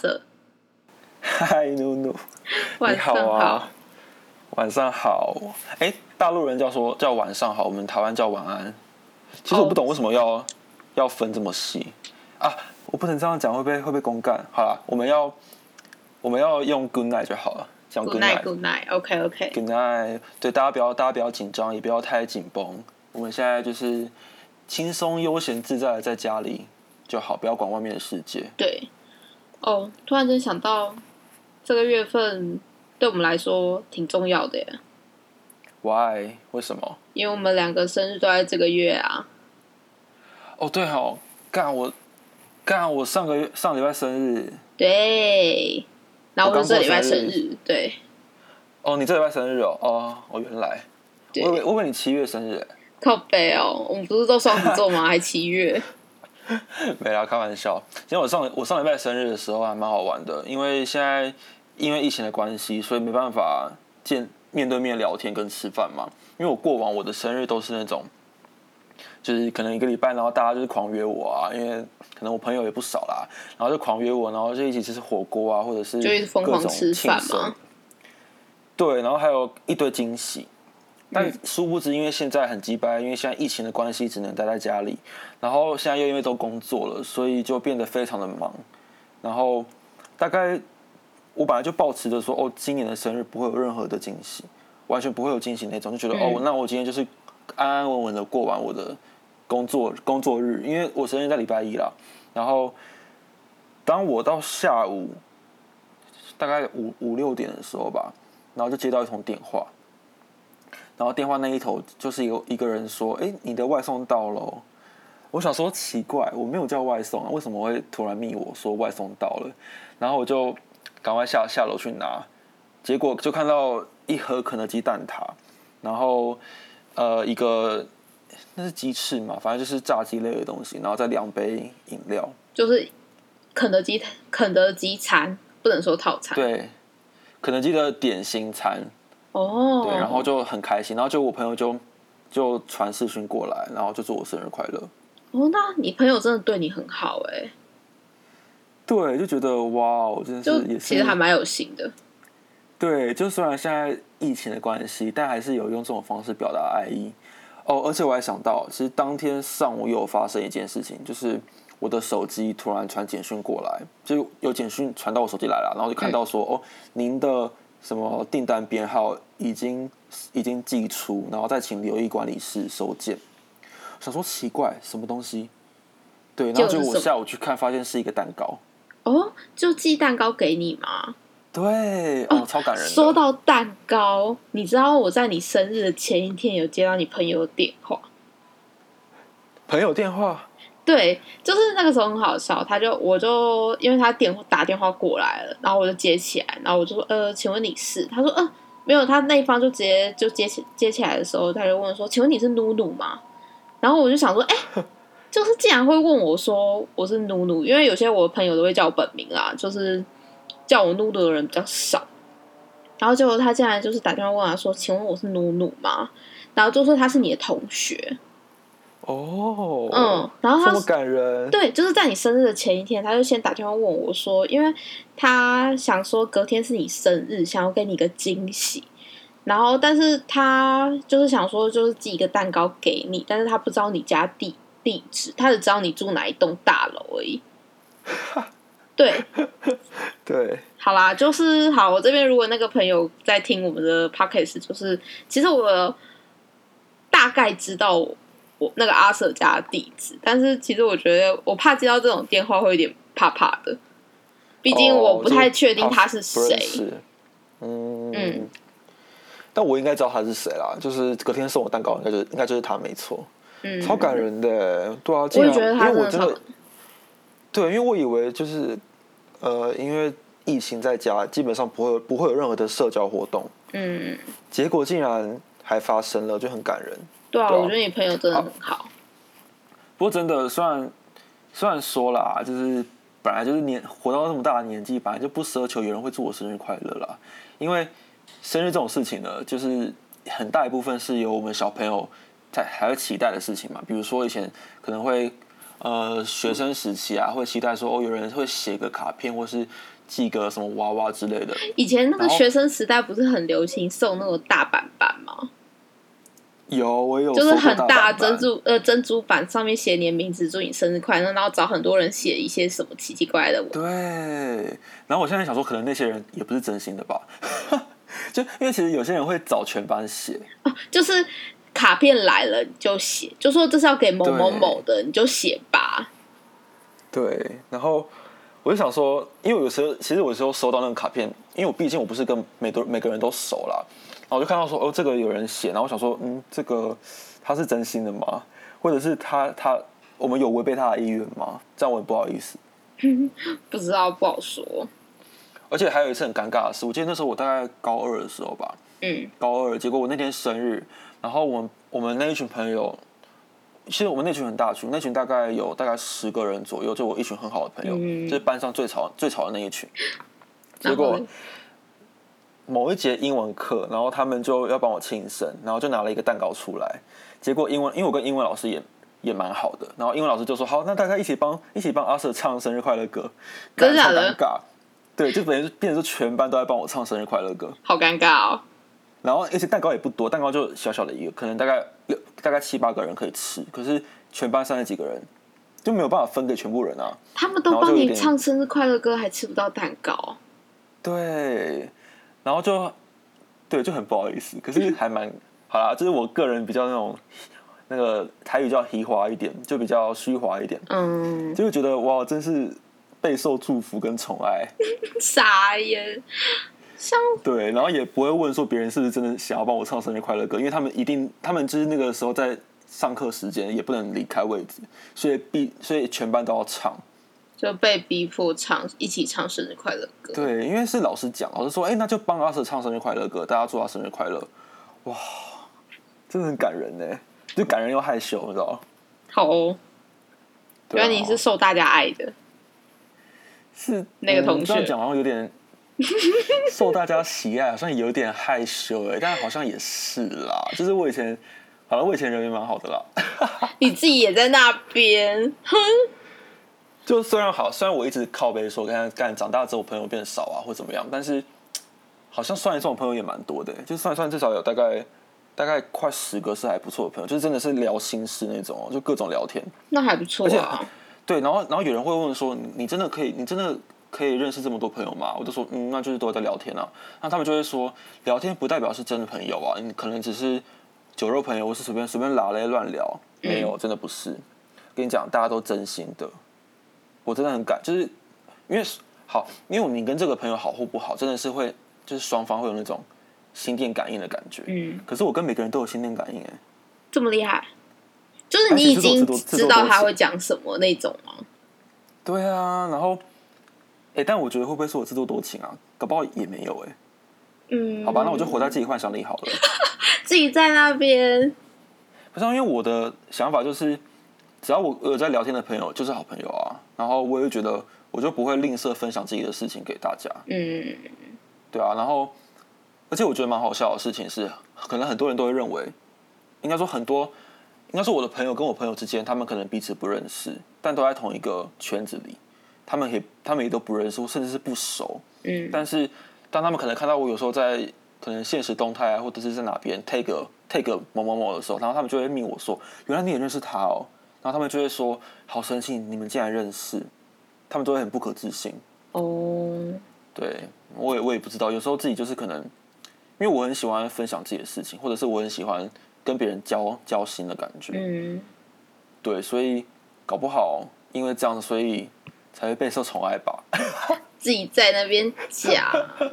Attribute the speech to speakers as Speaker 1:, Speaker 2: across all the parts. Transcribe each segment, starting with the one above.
Speaker 1: Sir。
Speaker 2: 嗨，努努，
Speaker 1: 晚上好。
Speaker 2: 啊，晚上好。大陆人叫晚上好，我们台湾叫晚安。其实我不懂为什么要分这么细啊！我不能这样讲，会被公干。好了，我们要用 good night 就好了，讲
Speaker 1: good night，good night，OK，OK。
Speaker 2: good night， 对，大家不要紧张，也不要太紧绷。我们现在就是轻松、悠闲、自在的在家里就好，不要管外面的世界。
Speaker 1: 对。突然间想到，这个月份对我们来说挺重要的耶。
Speaker 2: Why？ 为什么？
Speaker 1: 因为我们2个生日都在这个月啊。
Speaker 2: 对哦，我上礼拜生日。
Speaker 1: 对。然后我这礼拜生日，对。
Speaker 2: 你这礼拜生日哦？原来。我以为你7月生日。
Speaker 1: 靠北哦，我们不是都双子座吗？还7月。
Speaker 2: 没啦，开玩笑。其实我上礼拜生日的时候还蛮好玩的，因为现在因为疫情的关系，所以没办法面对面聊天跟吃饭嘛。因为我过往我的生日都是那种，就是可能1个礼拜，然后大家就是狂约我啊，因为可能我朋友也不少啦，然后就狂约我，然后就一起吃火锅啊，或者是
Speaker 1: 就一直疯狂吃饭嘛。
Speaker 2: 对，然后还有一堆惊喜。但殊不知，因为现在很鸡掰，因为现在疫情的关系，只能待在家里。然后现在又因为都工作了，所以就变得非常的忙。然后大概我本来就抱持着说，今年的生日不会有任何的惊喜，完全不会有惊喜那种，就觉得那我今天就是安安稳稳的过完我的工作日，因为我生日在礼拜一啦。然后当我到下午大概5、6点的时候吧，然后就接到一通电话。然后电话那一头就是一个人说：“你的外送到了。”我想说奇怪，我没有叫外送啊，为什么会突然密我说外送到了？然后我就赶快下楼去拿，结果就看到一盒肯德基蛋挞，然后一个那是鸡翅嘛，反正就是炸鸡类的东西，然后再2杯饮料，
Speaker 1: 就是肯德基餐，不能说套餐。
Speaker 2: 对，肯德基的点心餐。对，然后就很开心，然后就我朋友就传视讯过来，然后就祝我生日快乐。
Speaker 1: 那你朋友真的对你很好哎。
Speaker 2: 对，就觉得哇，真的是也是，
Speaker 1: 其实还蛮有心的。
Speaker 2: 对，就虽然现在疫情的关系，但还是有用这种方式表达爱意。而且我还想到，其实当天上午有发生一件事情，就是我的手机突然传简讯过来，就有简讯传到我手机来了，然后就看到说，您的什么订单编号已经寄出，然后再请留意管理室收件。想说奇怪，什么东西？对，然后就我下午去看，发现是一个蛋糕。
Speaker 1: 就寄蛋糕给你吗？
Speaker 2: 对，超感人的。
Speaker 1: 说到蛋糕，你知道我在你生日的前一天有接到你朋友的电话。
Speaker 2: 朋友电话？
Speaker 1: 对，就是那个时候很好笑，我就因为他打电话过来了，然后我就接起来，然后我就说请问你是？他说没有，他那一方就直接就接起来的时候，他就问说请问你是努努吗？然后我就想说就是既然会问我说我是努努，因为有些我的朋友都会叫我本名啦，就是叫我努努的人比较少。然后结果他竟然就是打电话问他说请问我是努努吗？然后就说他是你的同学。然后
Speaker 2: 这么感人。
Speaker 1: 对，就是在你生日的前一天，他就先打电话问我说，因为他想说隔天是你生日，想要给你一个惊喜，然后但是他就是想说就是寄一个蛋糕给你，但是他不知道你家地址，他只知道你住哪一栋大楼而已。对
Speaker 2: 对，
Speaker 1: 好啦，就是好，我这边如果那个朋友在听我们的 podcast， 就是其实我大概知道我那个阿 Sir 家的地址，但是其实我觉得我怕接到这种电话会有点怕怕的，毕竟我不太确定他是谁。
Speaker 2: 但我应该知道他是谁啦，就是隔天送我蛋糕应该就是他没错。超感人的。对啊，
Speaker 1: 我也觉得他
Speaker 2: 因为我真的对，因为我以为就是因为疫情在家，基本上不会有任何的社交活动。结果竟然还发生了，就很感人。
Speaker 1: 对啊，我觉得你朋友真的很好。
Speaker 2: 不过真的，虽然说啦，就是本来就是活到那么大的年纪，本来就不奢求有人会祝我生日快乐啦。因为生日这种事情呢，就是很大一部分是由我们小朋友还会期待的事情嘛。比如说以前可能会学生时期啊，会期待说有人会写个卡片，或是寄个什么娃娃之类的。
Speaker 1: 以前那个学生时代不是很流行送那种大板板吗？
Speaker 2: 有，我也有，
Speaker 1: 就是很大珍珠板，上面写你的名字，祝你生日快乐，然后找很多人写一些什么奇奇怪怪的。
Speaker 2: 对，然后我现在想说，可能那些人也不是真心的吧，就因为其实有些人会找全班写，
Speaker 1: 就是卡片来了你就写，就说这是要给某某某的，你就写吧。
Speaker 2: 对，然后我就想说，因为其实我有时候收到那个卡片，因为毕竟我不是跟每个人都熟啦。然后我就看到说，这个有人写，然后我想说，这个他是真心的吗？或者是我们有违背他的意愿吗？这样我也不好意思。
Speaker 1: 不知道，不好说。
Speaker 2: 而且还有一次很尴尬的事，我记得那时候我大概高2的时候吧，高2，结果我那天生日，然后我们那一群朋友，其实我们那群很大群，那群大概10个人左右，就我一群很好的朋友，就是班上最吵的那一群。结果某一节英文课，然后他们就要帮我庆生，然后就拿了一个蛋糕出来。结果因为我跟英文老师也蛮好的，然后英文老师就说好，那大家一起帮阿 Sir 唱生日快乐歌，
Speaker 1: 真的假的？
Speaker 2: 尴尬，对，就变成说全班都在帮我唱生日快乐歌，
Speaker 1: 好尴尬哦。
Speaker 2: 然后而且蛋糕也不多，蛋糕就小小的一个，可能大概7、8个人可以吃，可是全班30几个人就没有办法分给全部人啊。
Speaker 1: 他们都帮你唱生日快乐歌，还吃不到蛋糕。
Speaker 2: 对，然后就很不好意思，可是还蛮好啦，就是我个人比较那个台语叫虚华一点，就比较虚华一点，就会觉得哇，真是备受祝福跟宠爱，
Speaker 1: 傻眼。
Speaker 2: 对，然后也不会问说别人是不是真的想要帮我唱生日快乐歌，因为他们就是那个时候在上课时间也不能离开位置，所以全班都要唱。
Speaker 1: 就被逼迫一起唱生日快乐歌。
Speaker 2: 对，因为是老师讲，老师说，那就帮阿 Sir 唱生日快乐歌，大家祝他生日快乐。哇，真的很感人呢，就感人又害羞，你知道吗？
Speaker 1: 好哦，原来你是受大家爱的，
Speaker 2: 是
Speaker 1: 那个同学。
Speaker 2: 这样讲好像有点受大家喜爱，好像有点害羞但好像也是啦。就是我以前人缘蛮好的啦。
Speaker 1: 你自己也在那边，哼。
Speaker 2: 就虽然我一直靠背说，干长大之后朋友变少啊，或怎么样，但是好像算一算朋友也蛮多的，就算一算至少有大概快10个是还不错的朋友，就是真的是聊心事那种，就各种聊天。
Speaker 1: 那还不错啊。
Speaker 2: 对，然后有人会问说，你真的可以认识这么多朋友吗？我就说，那就是都在聊天啊。那他们就会说，聊天不代表是真的朋友啊，你可能只是酒肉朋友，或是随便拉嘞乱聊，没有，真的不是。跟你讲，大家都真心的。我真的很就是因为你跟这个朋友好或不好，真的是会就是双方会有那种心电感应的感觉。可是我跟每个人都有心电感应
Speaker 1: 这么厉害，就是你已经知道他会讲什么那种吗？
Speaker 2: 对啊，然后但我觉得会不会是我自作多情啊？搞不好也没有好吧，那我就活在自己幻想里好了。
Speaker 1: 自己在那边，
Speaker 2: 不是因为我的想法就是。只要我有在聊天的朋友，就是好朋友啊。然后我也觉得，我就不会吝啬分享自己的事情给大家。对啊。然后，而且我觉得蛮好笑的事情是，可能很多人都会认为，应该说我的朋友跟我朋友之间，他们可能彼此不认识，但都在同一个圈子里，他们也都不认识，甚至是不熟。但是当他们可能看到我有时候在可能现实动态啊，或者是在哪边 take 某某某的时候，然后他们就会命我说，原来你也认识他哦。然后他们就会说：“好生气，你们竟然认识。”他们都会很不可置信。对，我也不知道，有时候自己就是可能，因为我很喜欢分享自己的事情，或者是我很喜欢跟别人交心的感觉。对，所以搞不好因为这样，所以才会备受宠爱吧。
Speaker 1: 自己在那边讲。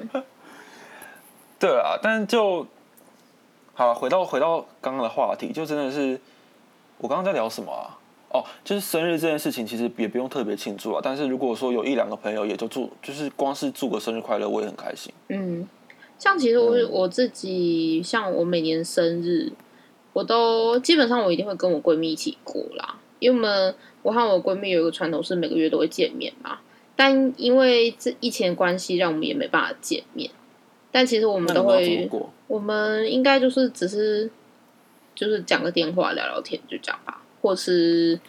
Speaker 2: 对啊，但就好，回到刚刚的话题，就真的是我刚刚在聊什么啊？就是生日这件事情，其实也不用特别庆祝啊。但是如果说有1、2个朋友也就是光是祝个生日快乐，我也很开心。
Speaker 1: 像其实我自己，像我每年生日，我都基本上我一定会跟我闺蜜一起过啦。因为我和我闺蜜有一个传统是每个月都会见面嘛，但因为这疫情的关系，让我们也没办法见面。但其实我们都会，我们应该就是只是讲个电话聊聊天就这样吧。或是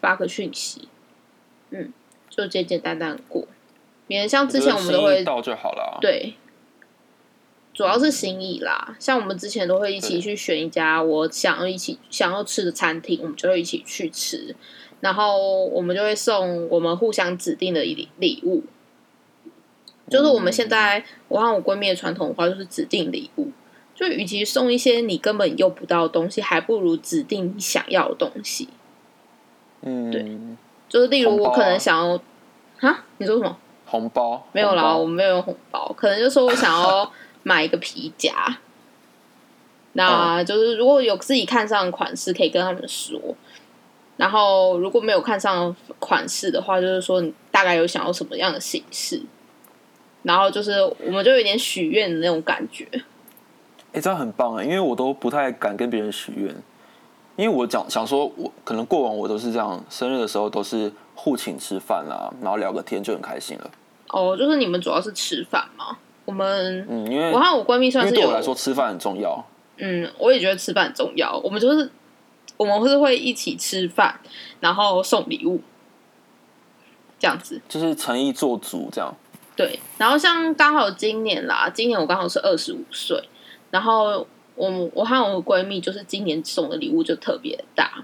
Speaker 1: 发个讯息，就简简单单过，免得像之前我们都会
Speaker 2: 到就好了。
Speaker 1: 对，主要是心意啦。像我们之前都会一起去选一家我想要吃的餐厅，我们就会一起去吃，然后我们就会送我们互相指定的礼物。就是我们现在我和我闺蜜的传统的话，就是指定礼物。就与其送一些你根本用不到的东西，还不如指定你想要的东西。对，就是例如我可能想要你说什么？
Speaker 2: 红包？
Speaker 1: 没有啦，我们没有用红包，可能就说我想要买一个皮夹，那就是如果有自己看上的款式，可以跟他们说。然后如果没有看上款式的话，就是说你大概有想要什么样的形式。然后就是我们就有点许愿的那种感觉。
Speaker 2: 这样很棒因为我都不太敢跟别人许愿，因为我想说，我可能过往我都是这样，生日的时候都是互请吃饭啦，然后聊个天就很开心了。
Speaker 1: 就是你们主要是吃饭吗？我们
Speaker 2: 因为
Speaker 1: 我和我闺蜜算是
Speaker 2: 因为对我来说吃饭很重要。
Speaker 1: 我也觉得吃饭很重要。我们会一起吃饭，然后送礼物，这样子
Speaker 2: 就是诚意做足这样。
Speaker 1: 对，然后像刚好今年我刚好是25岁，然后我和我闺蜜就是今年送的礼物就特别大，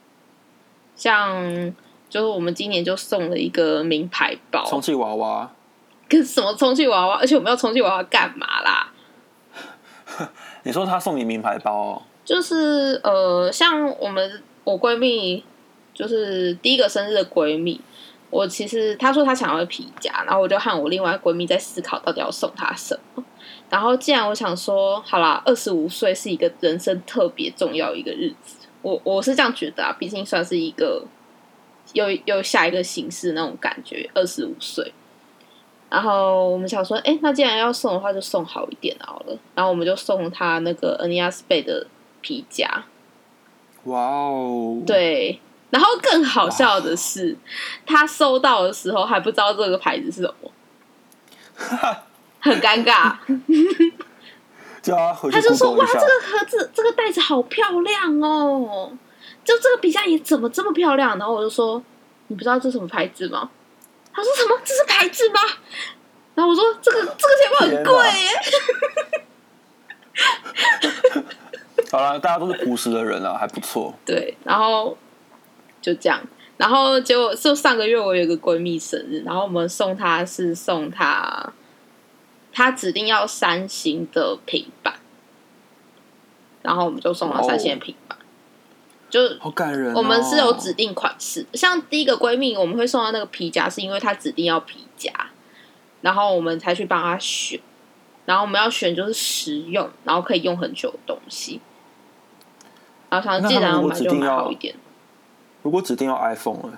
Speaker 1: 像就是我们今年就送了一个名牌包，
Speaker 2: 充气娃娃。
Speaker 1: 跟什么充气娃娃？而且我们要充气娃娃干嘛啦？
Speaker 2: 你说他送你名牌包
Speaker 1: 就是像我闺蜜就是第一个生日的闺蜜。我其实她说她想要皮夹，然后我就和我另外闺蜜在思考到底要送她什么。然后既然我想说，好啦，25岁是一个人生特别重要一个日子，我是这样觉得啊，毕竟算是一个又下一个形式那种感觉，25岁。然后我们想说，那既然要送的话，就送好一点好了。然后我们就送她那个 Ania Spay 的皮夹。
Speaker 2: 哇哦！
Speaker 1: 对。然后更好笑的是，他收到的时候还不知道这个牌子是什么，很尴尬。
Speaker 2: 叫他回去
Speaker 1: 他就说：“哇，
Speaker 2: 一下
Speaker 1: 这个盒子、这个袋子好漂亮哦！就这个皮夹也怎么这么漂亮？”然后我就说：“你不知道这是什么牌子吗？”他说：“什么？这是牌子吗？”然后我说：“这个钱包很贵耶。”
Speaker 2: 好了，大家都是朴实的人啊，还不错。
Speaker 1: 对，然后。就这样，然后结果就上个月我有一个闺蜜生日，然后我们送她指定要3星的平板，然后我们就送她3星的平板，就
Speaker 2: 好感人。
Speaker 1: 我们是有指定款式，像第一个闺蜜我们会送她那个皮夹，是因为她指定要皮夹，然后我们才去帮她选，然后我们要选就是实用，然后可以用很久的东西，然后想既然要买就买好一点。
Speaker 2: 如果指定要 iPhone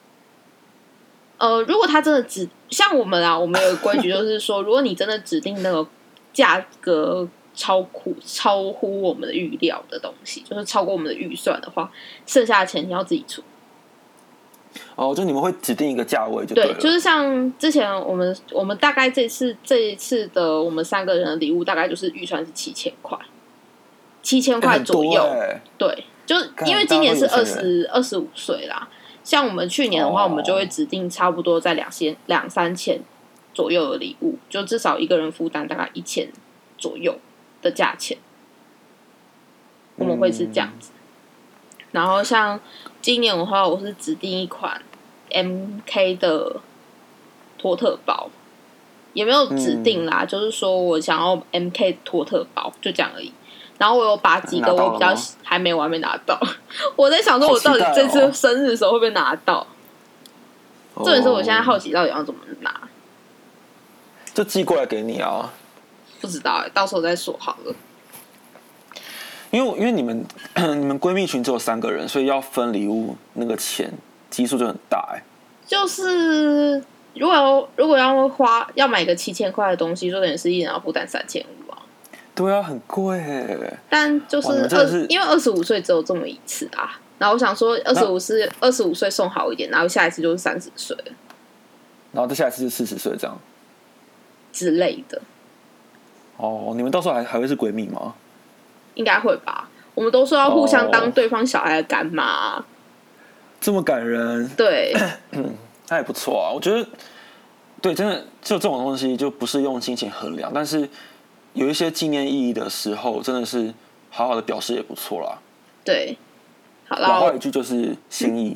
Speaker 1: 如果他真的像我们我们有个规矩，就是说，如果你真的指定那个价格超乎我们的预料的东西，就是超过我们的预算的话，剩下的钱你要自己出。
Speaker 2: 就你们会指定一个价位就对了。
Speaker 1: 对，就是像之前我们大概这一次的我们3个人的礼物，大概就是预算是7000块，7000块左右。对。就因为今年是25岁啦，像我们去年的话，我们就会指定差不多在2-3千左右的礼物，就至少一个人负担大概1000左右的价钱，我们会是这样子。然后像今年的话，我是指定一款 MK 的托特包，也没有指定啦，就是说我想要 MK 托特包，就这样而已。然后我有把几个我比较还没拿到，我在想说我到底这次生日的时候会不会拿到？重点是我现在好奇到底要怎么拿，
Speaker 2: 就寄过来给你啊？
Speaker 1: 不知道到时候再说好了。
Speaker 2: 因为你们闺蜜群只有3个人，所以要分礼物那个钱基数就很大
Speaker 1: 就是如果要买个7000块的东西，就等于是一人要负担3500啊。
Speaker 2: 对啊，很贵
Speaker 1: 但就是因为25岁只有这么一次啊，然后我想说25岁送好一点，然后下一次就是30岁，
Speaker 2: 然后再下一次就40岁这样
Speaker 1: 之类的。
Speaker 2: 你们到时候还会是闺蜜吗？
Speaker 1: 应该会吧，我们都说要互相当对方小孩的干妈
Speaker 2: 这么感人，
Speaker 1: 对，
Speaker 2: 那也不错啊。我觉得，对，真的就这种东西就不是用金钱衡量，但是有一些纪念意义的时候，真的是好好的表示也不错啦。
Speaker 1: 对，好啦，
Speaker 2: 老话一句就是心意。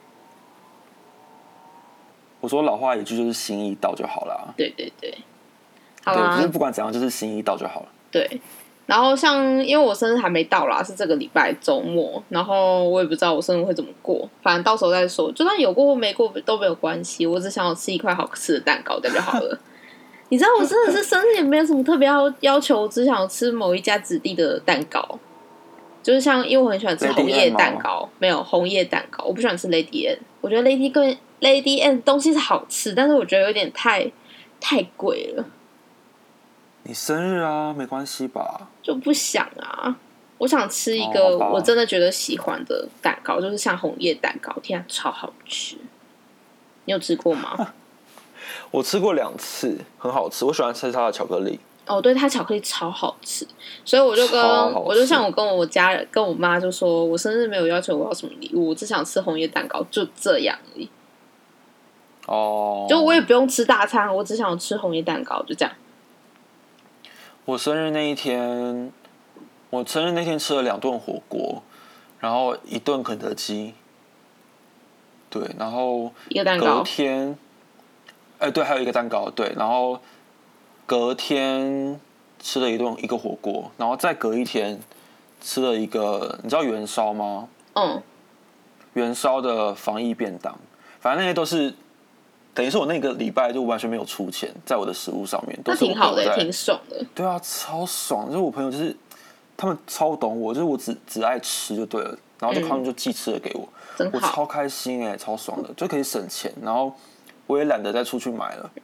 Speaker 2: 我说老话一句就是心意到就好啦。
Speaker 1: 对对对，好
Speaker 2: 对，
Speaker 1: 啦，
Speaker 2: 就是不管怎样，就是心意到就好了。
Speaker 1: 对。然后像因为我生日还没到啦，是这个礼拜周末，然后我也不知道我生日会怎么过，反正到时候再说。就算有过或没过都没有关系，我只想要吃一块好吃的蛋糕，这样就好了。你知道我真的是生日也没有什么特别要求，我只想吃某一家指定的蛋糕，就是像因为我很喜欢吃红叶蛋糕，没有红叶蛋糕，我不喜欢吃 Lady M， 我觉得 Lady M 东西是好吃，但是我觉得有点太贵了。
Speaker 2: 你生日啊，没关系吧？
Speaker 1: 就不想啊，我想吃一个我真的觉得喜欢的蛋糕，就是像红叶蛋糕，天啊，超好吃！你有吃过吗？
Speaker 2: 我吃过2次，很好吃。我喜欢吃它的巧克力。
Speaker 1: 哦，对，它巧克力超好吃，所以我就像我跟我家人跟我妈就说，我生日没有要求我要什么礼物，我只想吃红叶蛋糕，就这样而已。
Speaker 2: 哦，
Speaker 1: 就我也不用吃大餐，我只想吃红叶蛋糕，就这样。
Speaker 2: 我生日那天吃了2顿火锅，然后1顿肯德基，对，然后
Speaker 1: 一个蛋糕。
Speaker 2: 隔天，对，还有一个蛋糕，对，然后隔天吃了一个火锅，然后再隔一天吃了一个，你知道元烧吗？
Speaker 1: 嗯，
Speaker 2: 元烧的防疫便当，反正那些都是。等于是我那个礼拜就完全没有出钱在我的食物上面，都
Speaker 1: 那
Speaker 2: 是我
Speaker 1: 挺好的，
Speaker 2: 朋友在
Speaker 1: 挺爽的。
Speaker 2: 对啊，超爽！就是我朋友就是他们超懂我，就是我只爱吃就对了，然后他们就寄吃的给我，我超开心超爽的，就可以省钱，然后我也懒得再出去买了。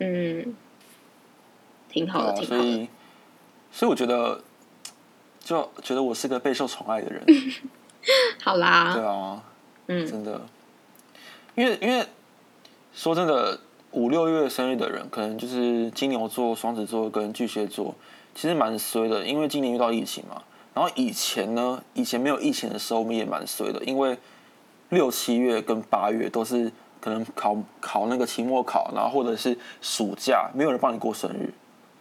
Speaker 1: 挺好的，挺好的。
Speaker 2: 所以我觉得我是个备受宠爱的人。
Speaker 1: 好啦，
Speaker 2: 对啊，真的，因为说真的，5、6月生日的人，可能就是金牛座、双子座跟巨蟹座，其实蛮衰的，因为今年遇到疫情嘛。然后以前没有疫情的时候，我们也蛮衰的，因为6、7月跟8月都是可能考那个期末考，然后或者是暑假，没有人帮你过生日。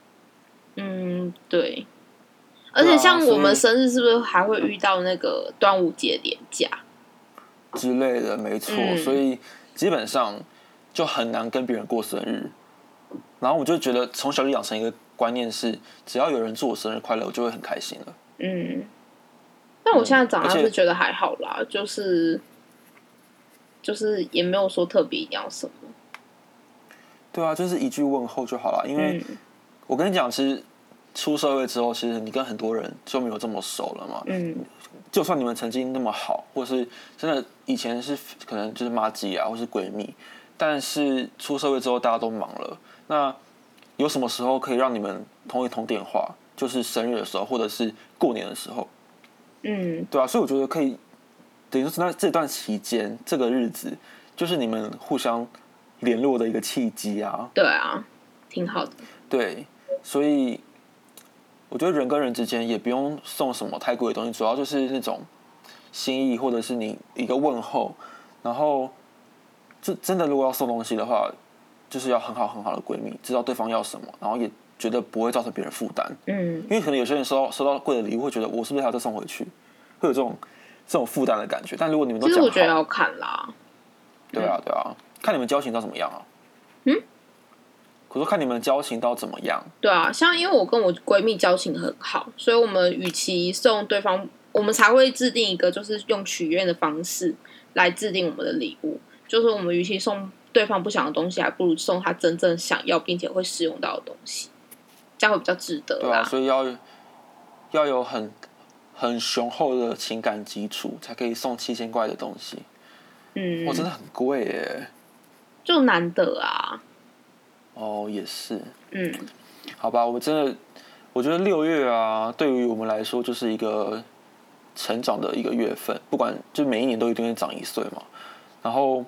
Speaker 1: 对。而且像我们生日是不是还会遇到那个端午节连假
Speaker 2: 之类的？没错，所以基本上就很难跟别人过生日。然后我就觉得从小就养成一个观念是，只要有人祝我生日快乐，我就会很开心了。
Speaker 1: 但我现在长大是觉得还好啦，就是也没有说特别一定要什么。
Speaker 2: 对啊，就是一句问候就好了。因为我跟你讲，其实出社会之后，其实你跟很多人就没有这么熟了嘛。就算你们曾经那么好，或是真的以前是可能就是麻吉啊，或是闺蜜，但是出社会之后大家都忙了，那有什么时候可以让你们通一通电话？就是生日的时候，或者是过年的时候。对啊，所以我觉得可以，等于说那这段期间，这个日子就是你们互相联络的一个契机啊。
Speaker 1: 对啊，挺好的。
Speaker 2: 对，所以我觉得人跟人之间也不用送什么太贵的东西，主要就是那种心意，或者是你一个问候。然后，真的如果要送东西的话，就是要很好的闺蜜，知道对方要什么，然后也觉得不会造成别人负担。因为可能有些人收到贵的礼物，会觉得我是不是还要再送回去，会有这种负担的感觉。但如果你们都讲好，
Speaker 1: 其实我觉得要看啦。
Speaker 2: 对啊，看你们交情到怎么样啊。可是看你们交情到怎么样。
Speaker 1: 对啊，像因为我跟我闺蜜交情很好，所以我们与其送对方，我们才会制定一个就是用许愿的方式来制定我们的礼物。就是我们与其送对方不想的东西，还不如送他真正想要并且会使用到的东西，这样会比较值得啦。
Speaker 2: 对啊，所以要有很雄厚的情感基础，才可以送7000块的东西。哇，真的很贵耶。
Speaker 1: 就难得啊。
Speaker 2: 哦，也是。好吧，我觉得6月啊，对于我们来说就是一个成长的一个月份，不管就每一年都一定会长1岁嘛。然后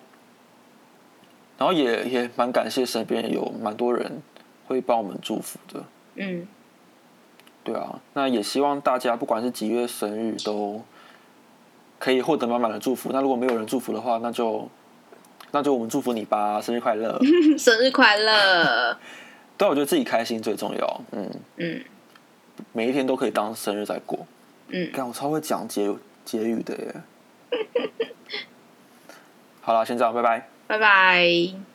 Speaker 2: 也蛮感谢身边有蛮多人会帮我们祝福的。对啊，那也希望大家不管是几月生日可以获得满满的祝福。那如果没有人祝福的话，那就我们祝福你吧，生日快乐！
Speaker 1: 生日快乐！
Speaker 2: 对，我觉得自己开心最重要。每一天都可以当生日在过。看我超会讲结语的耶。好了，先这样，拜拜。
Speaker 1: 拜拜。